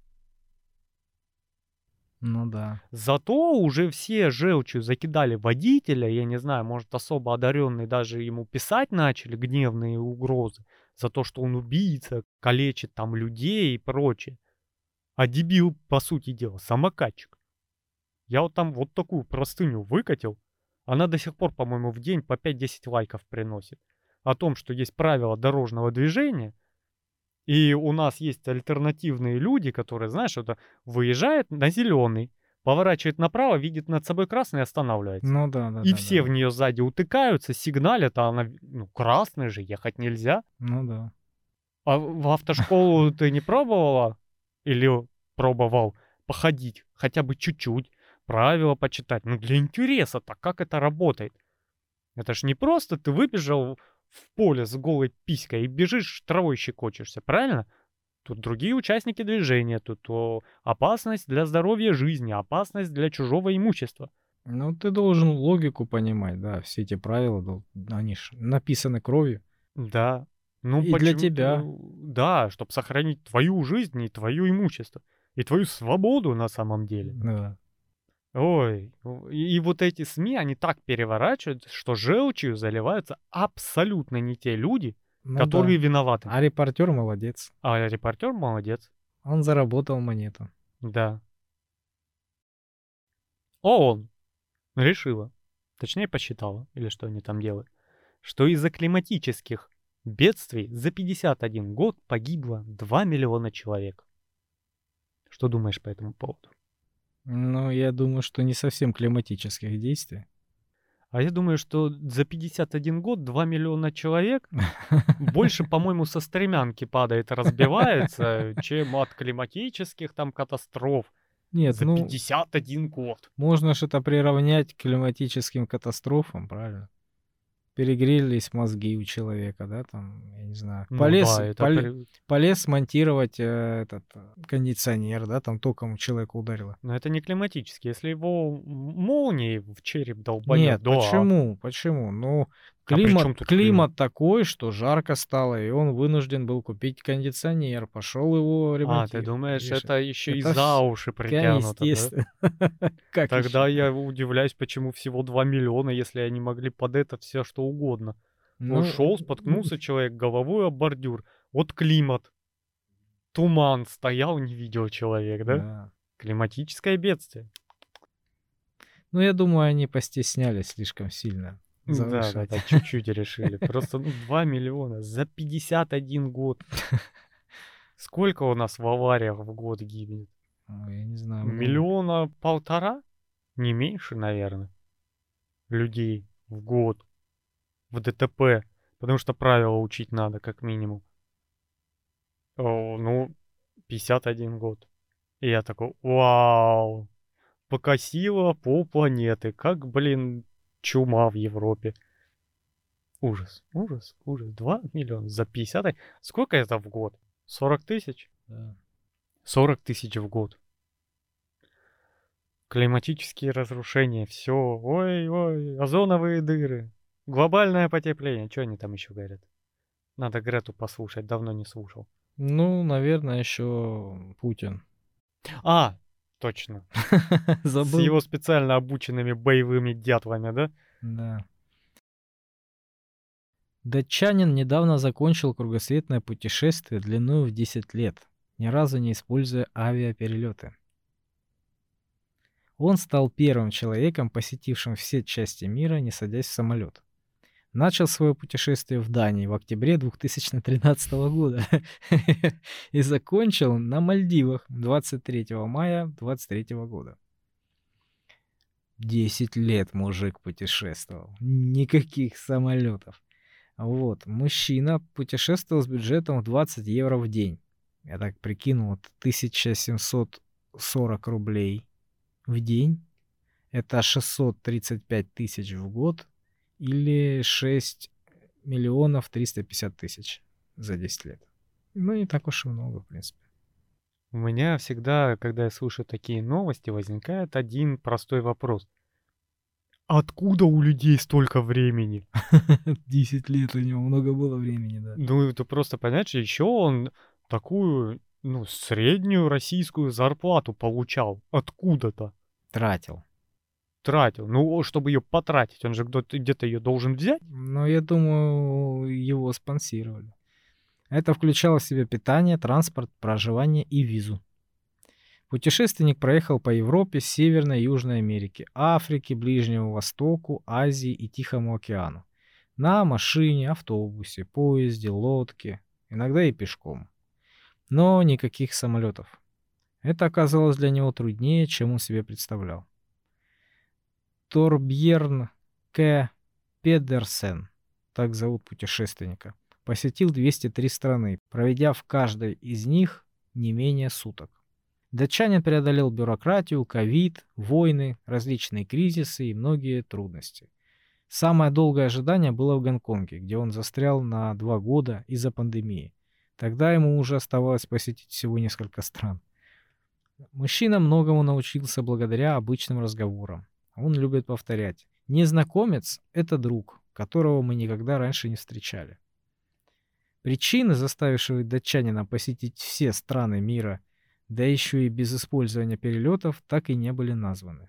Ну да. Зато уже все желчью закидали водителя, я не знаю, может особо одаренные даже ему писать начали гневные угрозы за то, что он убийца, калечит там людей и прочее. А дебил, по сути дела, самокатчик. Я вот там вот такую простыню выкатил, она до сих пор, по-моему, в день по пять-десять лайков приносит. О том, что есть правила дорожного движения, и у нас есть альтернативные люди, которые, знаешь, это выезжает на зеленый, поворачивает направо, видит над собой красный и останавливается. Ну да, да. И да, все да. в нее сзади утыкаются, сигналят, а она, ну, красный же, ехать нельзя. Ну да. А в автошколу ты не пробовала? Или пробовал походить хотя бы чуть-чуть, правила почитать? Ну, для интереса-то, как это работает? Это ж не просто ты выбежал в поле с голой писькой и бежишь, травой щекочешься, правильно? Тут другие участники движения, тут о, опасность для здоровья жизни, опасность для чужого имущества. Ну, ты должен логику понимать, да, все эти правила, дол- они ж написаны кровью. Да. Ну, И для почему-то, тебя. да, чтобы сохранить твою жизнь и твое имущество. И твою свободу на самом деле. Да. Ой, ну, и, и вот эти СМИ, они так переворачивают, что желчью заливаются абсолютно не те люди, Ну которые да. виноваты. А репортер молодец. А репортер молодец. Он заработал монету. Да. ООН решила, точнее посчитала, или что они там делают, что из-за климатических бедствий за пятьдесят один год погибло два миллиона человек. Что думаешь по этому поводу? Ну, я думаю, что не совсем климатических действий. А я думаю, что за пятьдесят один год два миллиона человек больше, по-моему, со стремянки падает, разбивается, чем от климатических там катастроф. Нет, За ну, пятьдесят один год. можно же это приравнять к климатическим катастрофам, правильно? Перегрелись мозги у человека, да, там, я не знаю. Ну Полез, да, это поле- при- полез смонтировать э, этот э, кондиционер, да, там током человека ударило. но это не климатический. Если его м- молнией в череп долбанет, Нет, да. почему? Почему? Ну, А при климат, чем тут климат такой, что жарко стало, и он вынужден был купить кондиционер, пошел его А, ремонтировать. ты думаешь, Видишь, это еще и это за вс- уши ка- притянуто, да? естественно. Как Тогда еще? я удивляюсь, почему всего два миллиона, если они могли под это все что угодно. Ну, Ушел, споткнулся человек головой об бордюр. Вот климат. Туман стоял, не видел человек, да? да. Климатическое бедствие. Ну, я думаю, они постеснялись слишком сильно Да, да, завышать. да, чуть-чуть решили. Просто ну, два миллиона за пятьдесят один год. Сколько у нас в авариях в год гибнет? Ой, я не знаю. много. Миллиона полтора? Не меньше, наверное. Людей в год. В ДТП. Потому что правила учить надо, как минимум. О, ну, пятьдесят один год. И я такой, вау. Покосило полпланеты. Как, блин, чума в Европе. Ужас, ужас, ужас. два миллиона за пятьдесят. Сколько это в год? сорок тысяч? Да. сорок тысяч в год. Климатические разрушения, все. Ой-ой, озоновые дыры. Глобальное потепление. Что они там еще говорят? Надо Грету послушать, давно не слушал. Ну, наверное, еще Путин. А, точно. С Забыл. его специально обученными боевыми дятлами, да? Да. Датчанин недавно закончил кругосветное путешествие длиной в десять лет, ни разу не используя авиаперелеты. Он стал первым человеком, посетившим все части мира, не садясь в самолет. Начал свое путешествие в Дании в октябре две тысячи тринадцатого года и закончил на Мальдивах двадцать третьего мая двадцать третьего года. десять лет мужик путешествовал. Никаких самолетов. Вот, мужчина путешествовал с бюджетом в двадцать евро в день. Я так прикинул, это тысяча семьсот сорок рублей в день. Это шестьсот тридцать пять тысяч в год. или шесть миллионов триста пятьдесят тысяч за десять лет. Ну, не так уж и много, в принципе. У меня всегда, когда я слушаю такие новости, возникает один простой вопрос. Откуда у людей столько времени? десять лет у него много было времени, да. Ну, это просто, понимаешь, еще он такую, ну, среднюю российскую зарплату получал откуда-то. Тратил. Тратил. Ну, чтобы ее потратить, он же где-то где-то ее должен взять. Но я думаю, его спонсировали. Это включало в себя питание, транспорт, проживание и визу. Путешественник проехал по Европе, Северной и Южной Америке, Африке, Ближнему Востоку, Азии и Тихому океану. На машине, автобусе, поезде, лодке, иногда и пешком. Но никаких самолетов. Это оказалось для него труднее, чем он себе представлял. Торбьерн К. Педерсен, так зовут путешественника, посетил двести три страны, проведя в каждой из них не менее суток. Датчанин преодолел бюрократию, ковид, войны, различные кризисы и многие трудности. Самое долгое ожидание было в Гонконге, где он застрял на два года из-за пандемии. Тогда ему уже оставалось посетить всего несколько стран. Мужчина многому научился благодаря обычным разговорам. Он любит повторять: незнакомец — это друг, которого мы никогда раньше не встречали. Причины, заставившие датчанина посетить все страны мира, да еще и без использования перелетов, так и не были названы.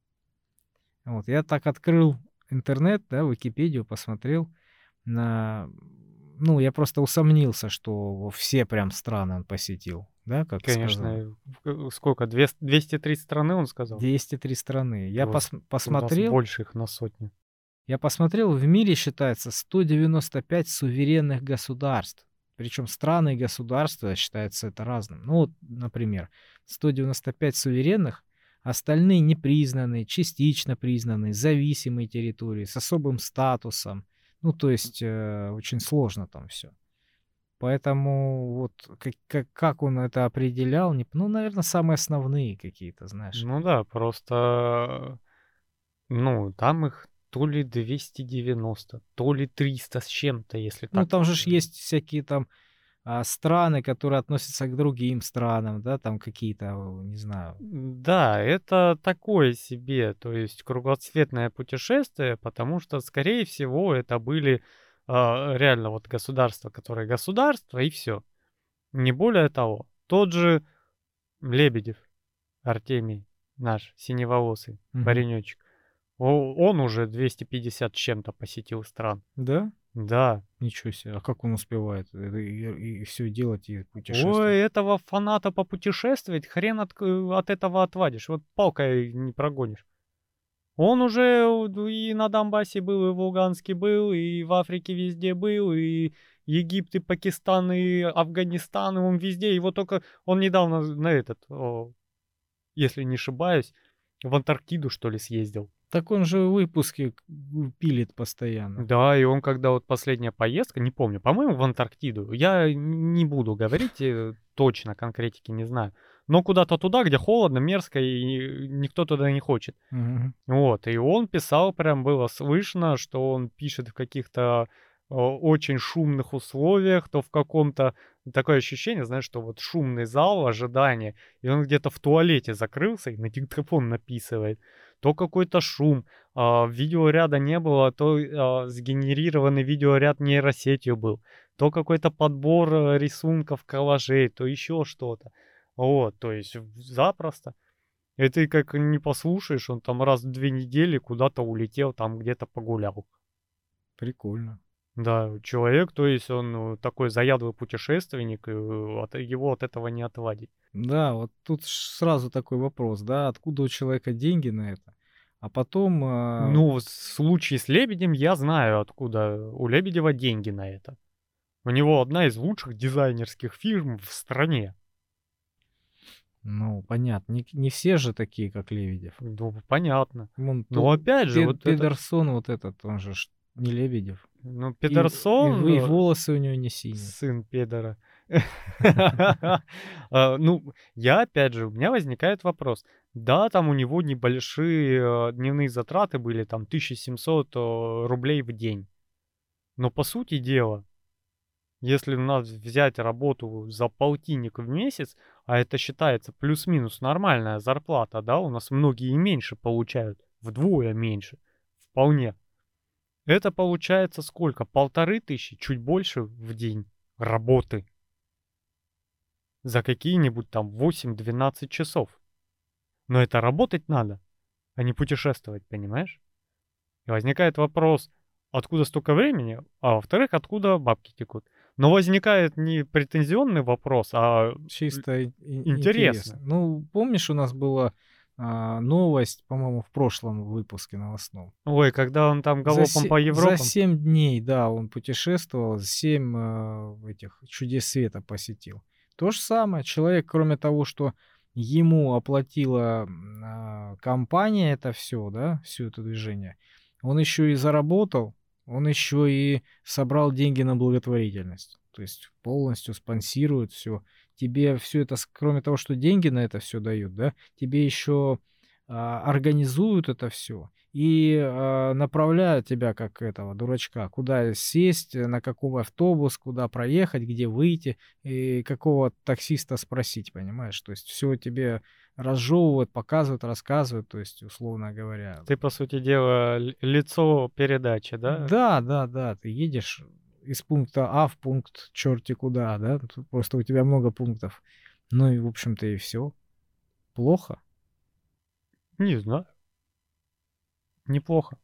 Вот, я так открыл интернет, да, Википедию, посмотрел на... Ну, я просто усомнился, что все прям страны он посетил, да, как сказал. Конечно, в- сколько? двести двести три страны, он сказал? двести три страны. Я У пос- вас- У нас посмотрел, больше их на сотню. я посмотрел, в мире считается сто девяносто пять суверенных государств. Причем страны и государства считаются это разным. Ну вот, например, сто девяносто пять суверенных, остальные непризнанные, частично признанные, зависимые территории с особым статусом. Ну, то есть э, очень сложно там все. Поэтому вот как, как, как он это определял, не, ну, наверное, самые основные какие-то, знаешь. Ну да, просто, ну, там их то ли двести девяносто, то ли триста с чем-то, если Ну, так. там же ж есть всякие там а, страны, которые относятся к другим странам, да, там какие-то, э, не знаю. Да, это такое себе, то есть кругосветное путешествие, потому что, скорее всего, это были а, реально вот государства, которые государства, и все. Не более того. Тот же Лебедев, Артемий, наш синеволосый Мгм. паренечек, о- он уже двести пятьдесят с чем-то посетил стран. Да? Да. Ничего себе. А как он успевает это и, все делать и Ой, путешествовать? этого фаната попутешествовать хрен от, от этого отвадишь. Вот палкой не прогонишь. Он уже у- и на Донбассе был, и в Луганске был, и в Африке везде был, и Египет, и Пакистан, и Афганистан, и он везде. Его только... Он недавно на этот, о, если не ошибаюсь, в Антарктиду, что ли, съездил. Так он же выпуски к- г- пилит постоянно. Да, и он когда вот последняя поездка, не помню, по-моему, в Антарктиду. Я не буду говорить э, точно, конкретики не знаю. Но куда-то туда, где холодно, мерзко, и никто туда не хочет. Мгм. Вот, и он писал, прям было слышно, что он пишет в каких-то э, очень шумных условиях, то в каком-то... Такое ощущение, знаешь, что вот шумный зал, ожидание, и он где-то в туалете закрылся и на диктофон написывает. То какой-то шум, а, видеоряда не было, то а, сгенерированный видеоряд нейросетью был, то какой-то подбор э, рисунков, коллажей, то еще что-то. Вот, то есть в- запросто. И ты как не послушаешь, он там раз в две недели куда-то улетел, там где-то погулял. Прикольно. Да, человек, то есть он ну, такой заядлый путешественник, и э, от- его от этого не отвадить. Да, вот тут ж сразу такой вопрос, да, откуда у человека деньги на это? А потом, а, Ну, в случае с Лебедем я знаю, откуда у Лебедева деньги на это. У него одна из лучших дизайнерских фирм в стране. ну, понятно, не, не все же такие, как Лебедев. Ну, понятно. Вон Но то- опять же, Пе- вот это... Педерсон вот этот, он же ж не Лебедев. Ну, И, и, Педерсон, в- и э, волосы у него не синие. сын Педора. А, Ну, я опять же, у меня возникает вопрос. Да, там у него небольшие э, дневные затраты были, там тысяча семьсот э, рублей в день. Но по сути дела, если у нас взять работу за полтинник в месяц, а это считается плюс-минус нормальная зарплата, да, у нас многие и меньше получают, вдвое меньше, вполне. Это получается сколько? Полторы тысячи, чуть больше в день работы за какие-нибудь там восемь-двенадцать часов. Но это работать надо, а не путешествовать, понимаешь? И возникает вопрос, откуда столько времени, а во-вторых, откуда бабки текут. Но возникает не претензионный вопрос, а л- Чисто и- и- интересно. интересно. Ну, помнишь, у нас была а, новость, по-моему, в прошлом выпуске новостном. Ой, когда он там За, галопом се- по за Европам. семь дней, да, он путешествовал, семь э, этих чудес света посетил. То же самое. Человек, кроме того, что ему оплатила м, а, компания это все, да, все это движение, он еще и заработал, он еще и собрал деньги на благотворительность. То есть полностью спонсирует все. Тебе все это, с- кроме того, что деньги на это все дают, да, тебе еще организуют это все и, а, направляют тебя, как этого дурачка, куда сесть, э, на какой автобус, куда проехать, где выйти, и какого таксиста спросить, понимаешь? То есть все тебе разжевывают, показывают, рассказывают, то есть, условно говоря. Ты, по сути дела, л- лицо передачи, да? Да, да, да, ты едешь из пункта А в пункт черти куда, да? Тут просто у тебя много пунктов. Ну и, в общем-то, и все. Плохо? Не знаю, неплохо.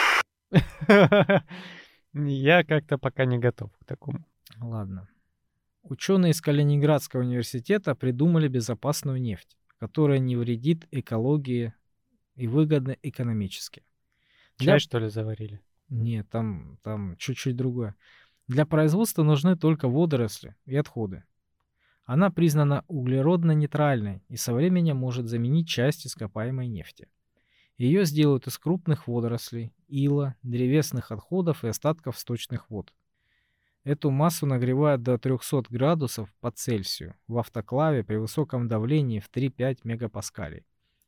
Я как-то пока не готов к такому. Ладно. Ученые из Калининградского университета придумали безопасную нефть, которая не вредит экологии и выгодна экономически. Чай, Для... что ли, заварили? Нет, там, там чуть-чуть другое. Для производства нужны только водоросли и отходы. Она признана углеродно-нейтральной и со временем может заменить часть ископаемой нефти. Ее сделают из крупных водорослей, ила, древесных отходов и остатков сточных вод. Эту массу нагревают до трехсот градусов по Цельсию в автоклаве при высоком давлении в три-пять мегапаскалей.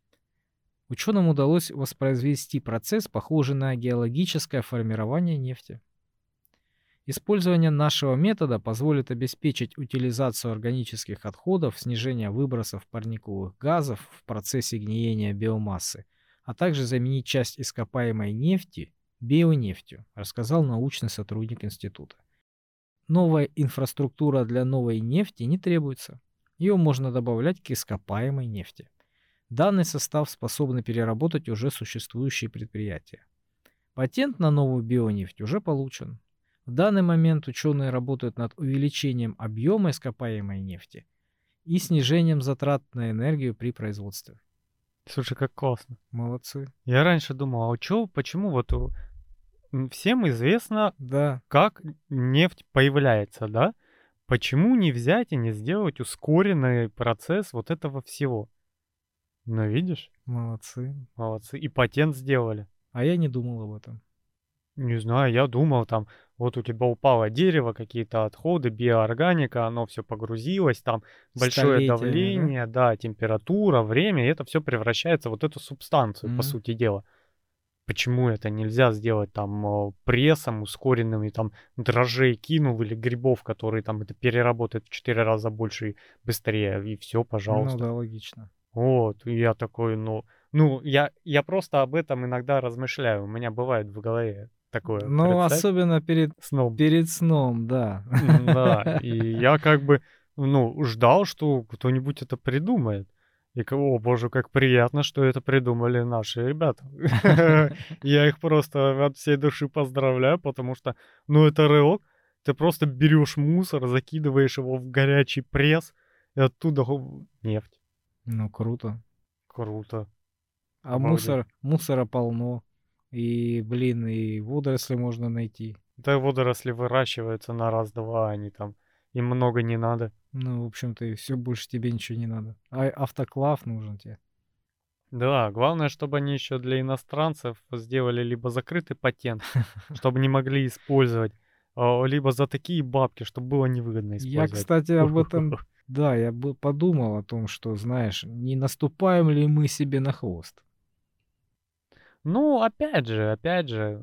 Ученым удалось воспроизвести процесс, похожий на геологическое формирование нефти. Использование нашего метода позволит обеспечить утилизацию органических отходов, снижение выбросов парниковых газов в процессе гниения биомассы, а также заменить часть ископаемой нефти бионефтью, рассказал научный сотрудник института. Новая инфраструктура для новой нефти не требуется. Ее можно добавлять к ископаемой нефти. Данный состав способны переработать уже существующие предприятия. Патент на новую бионефть уже получен. В данный момент ученые работают над увеличением объема ископаемой нефти и снижением затрат на энергию при производстве. Слушай, как классно. Молодцы. Я раньше думал, а чё, почему вот у- м, всем известно, Да, как нефть появляется, да? Почему не взять и не сделать ускоренный процесс вот этого всего? Ну, видишь, молодцы. молодцы. И патент сделали. А я не думал об этом. Не знаю, я думал, там, вот у тебя упало дерево, какие-то отходы, биоорганика, оно все погрузилось, там большое Столетиями, да? давление, да, температура, время, и это все превращается в вот эту субстанцию, по М. сути дела. Почему это нельзя сделать там э, прессом ускоренным, и там дрожжей кинул или грибов, которые там это переработают в четыре раза больше и быстрее, и все, Ну пожалуйста. да, логично. Вот, и я такой, ну, ну, я, я просто об этом иногда размышляю, у меня бывает в голове такое, Ну, представь, особенно перед, сном. перед сном, да. Да, и я как бы, ну, ждал, что кто-нибудь это придумает. И, ка- о боже, как приятно, что это придумали наши ребята. Я их просто от всей души поздравляю, потому что, ну, это рывок. Ты просто берешь мусор, закидываешь его в горячий пресс, и оттуда ху- нефть. Ну, круто. Круто. А Обалдеть. мусор, мусора полно. И, блин, и водоросли можно найти. Да водоросли выращиваются на раз-два, они там, им много не надо. Ну, в общем-то, и все, больше тебе ничего не надо. А автоклав нужен тебе. Да, главное, чтобы они еще для иностранцев сделали либо закрытый патент, чтобы не могли использовать, а, либо за такие бабки, чтобы было невыгодно Я, использовать. кстати, об этом, да, я бы подумал о том, что, знаешь, не наступаем ли мы себе на хвост. Ну, опять же, опять же,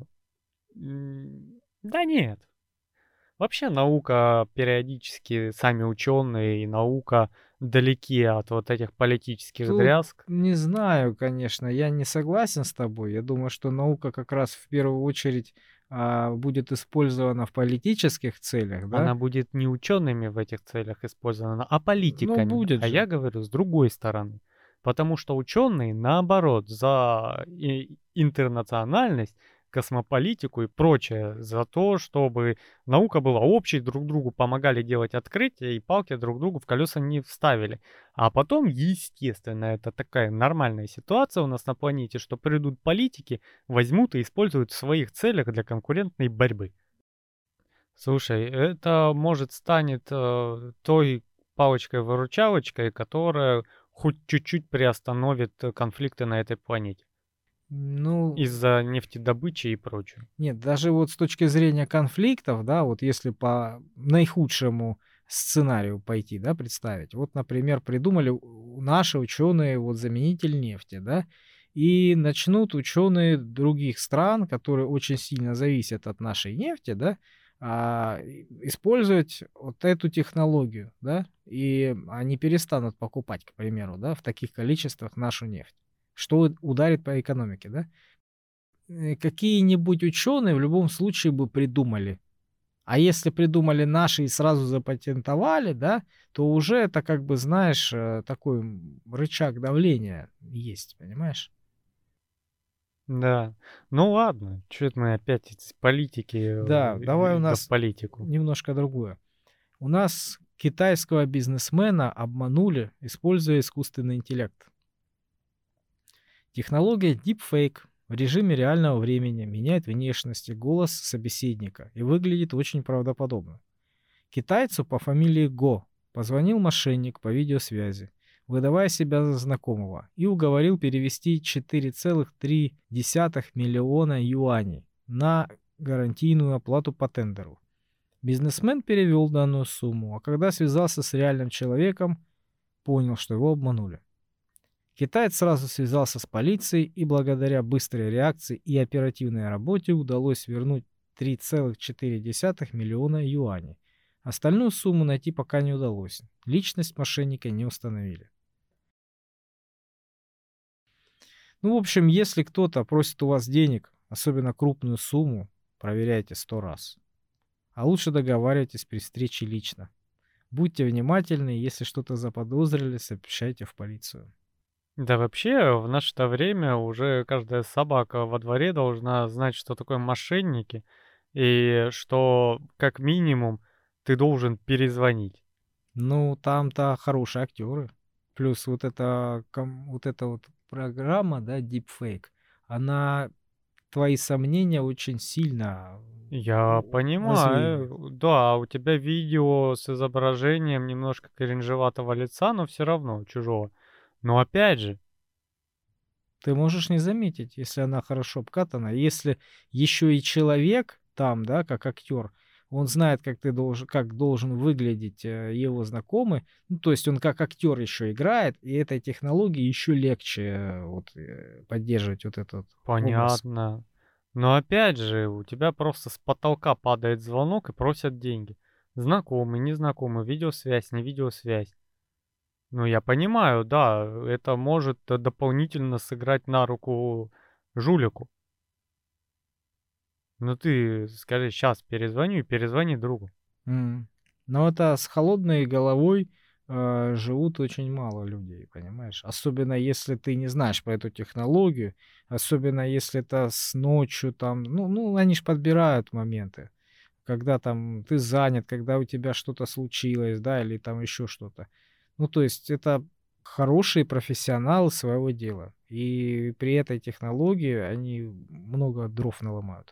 м, да нет. Вообще наука периодически, сами ученые и наука далеки от вот этих политических Тут дрязг. не знаю, конечно, я не согласен с тобой. Я думаю, что наука как раз в первую очередь а, будет использована в политических целях, да? Она будет не учеными в этих целях использована, а Ну, политиками. будет А я же. говорю с другой стороны. Потому что ученые, наоборот, за и- интернациональность, космополитику и прочее, за то, чтобы наука была общей, друг другу помогали делать открытия и палки друг другу в колеса не вставили. А потом, естественно, это такая нормальная ситуация у нас на планете, что придут политики, возьмут и используют в своих целях для конкурентной борьбы. Слушай, это, может, станет, э, той палочкой-выручалочкой, которая хоть чуть-чуть приостановит, э, конфликты на этой планете Ну, из-за нефтедобычи и прочего. нет, даже вот с точки зрения конфликтов, да, вот если по наихудшему сценарию пойти, да, представить. Вот, например, придумали у- наши ученые вот заменитель нефти, да, и начнут ученые других стран, которые очень сильно зависят от нашей нефти, да, а, и- использовать вот эту технологию, да, и они перестанут покупать, к примеру, да, в таких количествах нашу нефть, что ударит по экономике, да. Э, какие-нибудь ученые в любом случае бы придумали. А если придумали наши и сразу запатентовали, да, то уже это как бы, знаешь, э, такой м, рычаг давления есть, понимаешь? Да. Ну ладно, чё это мы опять эти политики, Да, э, давай у и да в нас политику. немножко другое. У нас китайского бизнесмена обманули, используя искусственный интеллект. Технология Deepfake в режиме реального времени меняет внешность и голос собеседника и выглядит очень правдоподобно. Китайцу по фамилии Го позвонил мошенник по видеосвязи, выдавая себя за знакомого, и уговорил перевести четыре целых три десятых миллиона юаней на гарантийную оплату по тендеру. Бизнесмен перевел данную сумму, а когда связался с реальным человеком, понял, что его обманули. Китаец сразу связался с полицией, и благодаря быстрой реакции и оперативной работе удалось вернуть три целых четыре десятых миллиона юаней. Остальную сумму найти пока не удалось. Личность мошенника не установили. Ну, в общем, если кто-то просит у вас денег, особенно крупную сумму, проверяйте сто раз. А лучше договаривайтесь при встрече лично. Будьте внимательны, если что-то заподозрили, сообщайте в полицию. Да вообще, в наше-то время уже каждая собака во дворе должна знать, что такое мошенники, и что, как минимум, ты должен перезвонить. Ну, там-то хорошие актеры. Плюс вот эта, ком- вот эта вот программа, да, Deepfake, она твои сомнения очень сильно Я у- возведет. понимаю, да, у тебя видео с изображением немножко кринжеватого лица, но все равно чужого. Но опять же, Ты можешь не заметить, если она хорошо обкатана. Если еще и человек там, да, как актер, он знает, как ты должен, как должен выглядеть э, его знакомый. Ну, то есть он как актер еще играет, и этой технологии еще легче э, вот, э, поддерживать вот этот образ. понятно. Но опять же, у тебя просто с потолка падает звонок и просят деньги. Знакомый, незнакомый, видеосвязь, не видеосвязь. Ну, я понимаю, да, это может э, дополнительно сыграть на руку жулику. Но ты скажи, сейчас перезвоню и перезвони другу. М. Но это с холодной головой, э, живут очень мало людей, понимаешь? Особенно если ты не знаешь про эту технологию, особенно если это с ночью там. Ну ну, они ж подбирают моменты, когда там ты занят, когда у тебя что-то случилось, да, или там еще что-то. Ну, то есть это хорошие профессионалы своего дела. И при этой технологии они много дров наломают.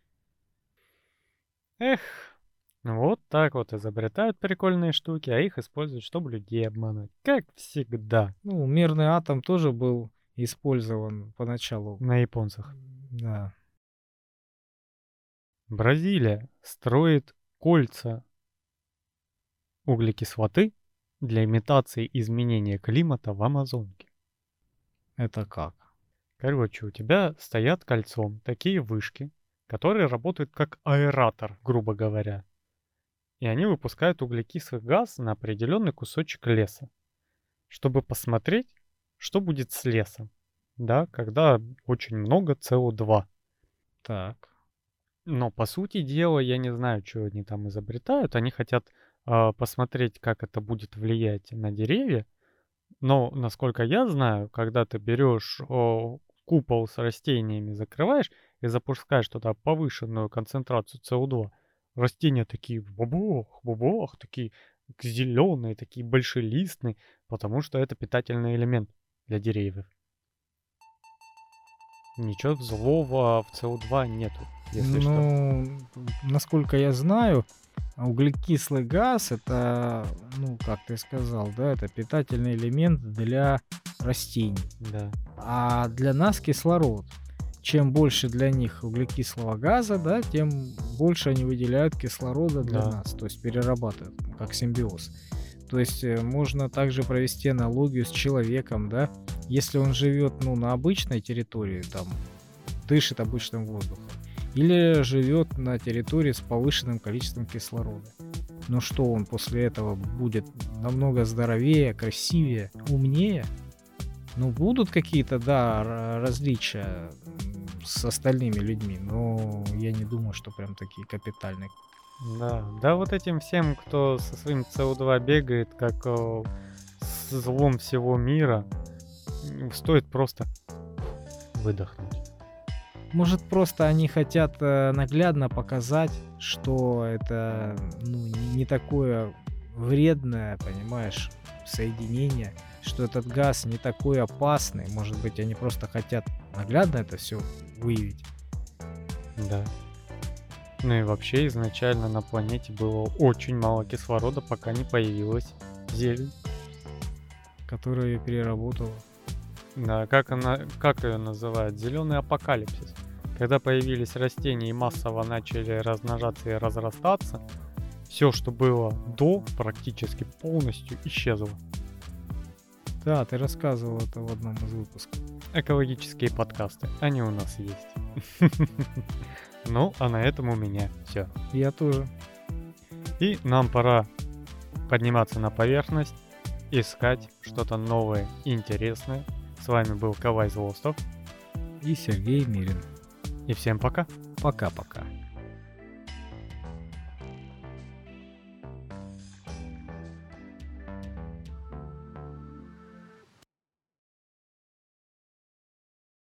Эх, ну вот так вот изобретают прикольные штуки, а их используют, чтобы людей обмануть. Как всегда. Ну, мирный атом тоже был использован поначалу. На японцах. М, да. Бразилия строит кольца углекислоты для имитации изменения климата в Амазонке. Это как? Короче, у тебя стоят кольцом такие вышки, которые работают как аэратор, грубо говоря. И они выпускают углекислый газ на определенный кусочек леса, чтобы посмотреть, что будет с лесом, да, когда очень много си о два. Так. Но по сути дела, я не знаю, что они там изобретают. Они хотят э, посмотреть, как это будет влиять на деревья. Но, насколько я знаю, когда ты берешь о, купол с растениями, закрываешь и запускаешь туда повышенную концентрацию си о два, растения такие бабах, бабах, такие зеленые, такие большелистные, потому что это питательный элемент для деревьев. Ничего злого в си о два нету, если что. Ну, насколько я знаю, углекислый газ это, ну, как ты сказал, да, это питательный элемент для растений. Да. А для нас кислород. Чем больше для них углекислого газа, да, тем больше они выделяют кислорода для Да. нас, то есть перерабатывают, как симбиоз. То есть э, можно также провести аналогию с человеком, да, если он живет, ну, на обычной территории, там, дышит обычным воздухом, или живет на территории с повышенным количеством кислорода. Ну что, он после этого будет намного здоровее, красивее, умнее? Ну, будут какие-то, да, р- различия м, с остальными людьми, но я не думаю, что прям такие капитальные. Да, да, вот этим всем, кто со своим си о два бегает, как о, с злом всего мира, м, стоит просто выдохнуть. Может, просто они хотят э, наглядно показать, что это, ну, не, не такое вредное, понимаешь, соединение, что этот газ не такой опасный. Может быть, они просто хотят наглядно это все выявить. Да. Ну и вообще изначально на планете было очень мало кислорода, пока не появилась зелень. Которая её переработала. Да, как она, как ее называют? Зеленый апокалипсис. Когда появились растения и массово начали размножаться и разрастаться, все, что было до, практически полностью исчезло. Да, ты рассказывал это в одном из выпусков. Экологические подкасты, они у нас есть. Ну, а на этом у меня все. Я тоже. И нам пора подниматься на поверхность, искать что-то новое и интересное. С вами был Кавай Злостов. И Сергей Мирин. И всем пока. Пока-пока.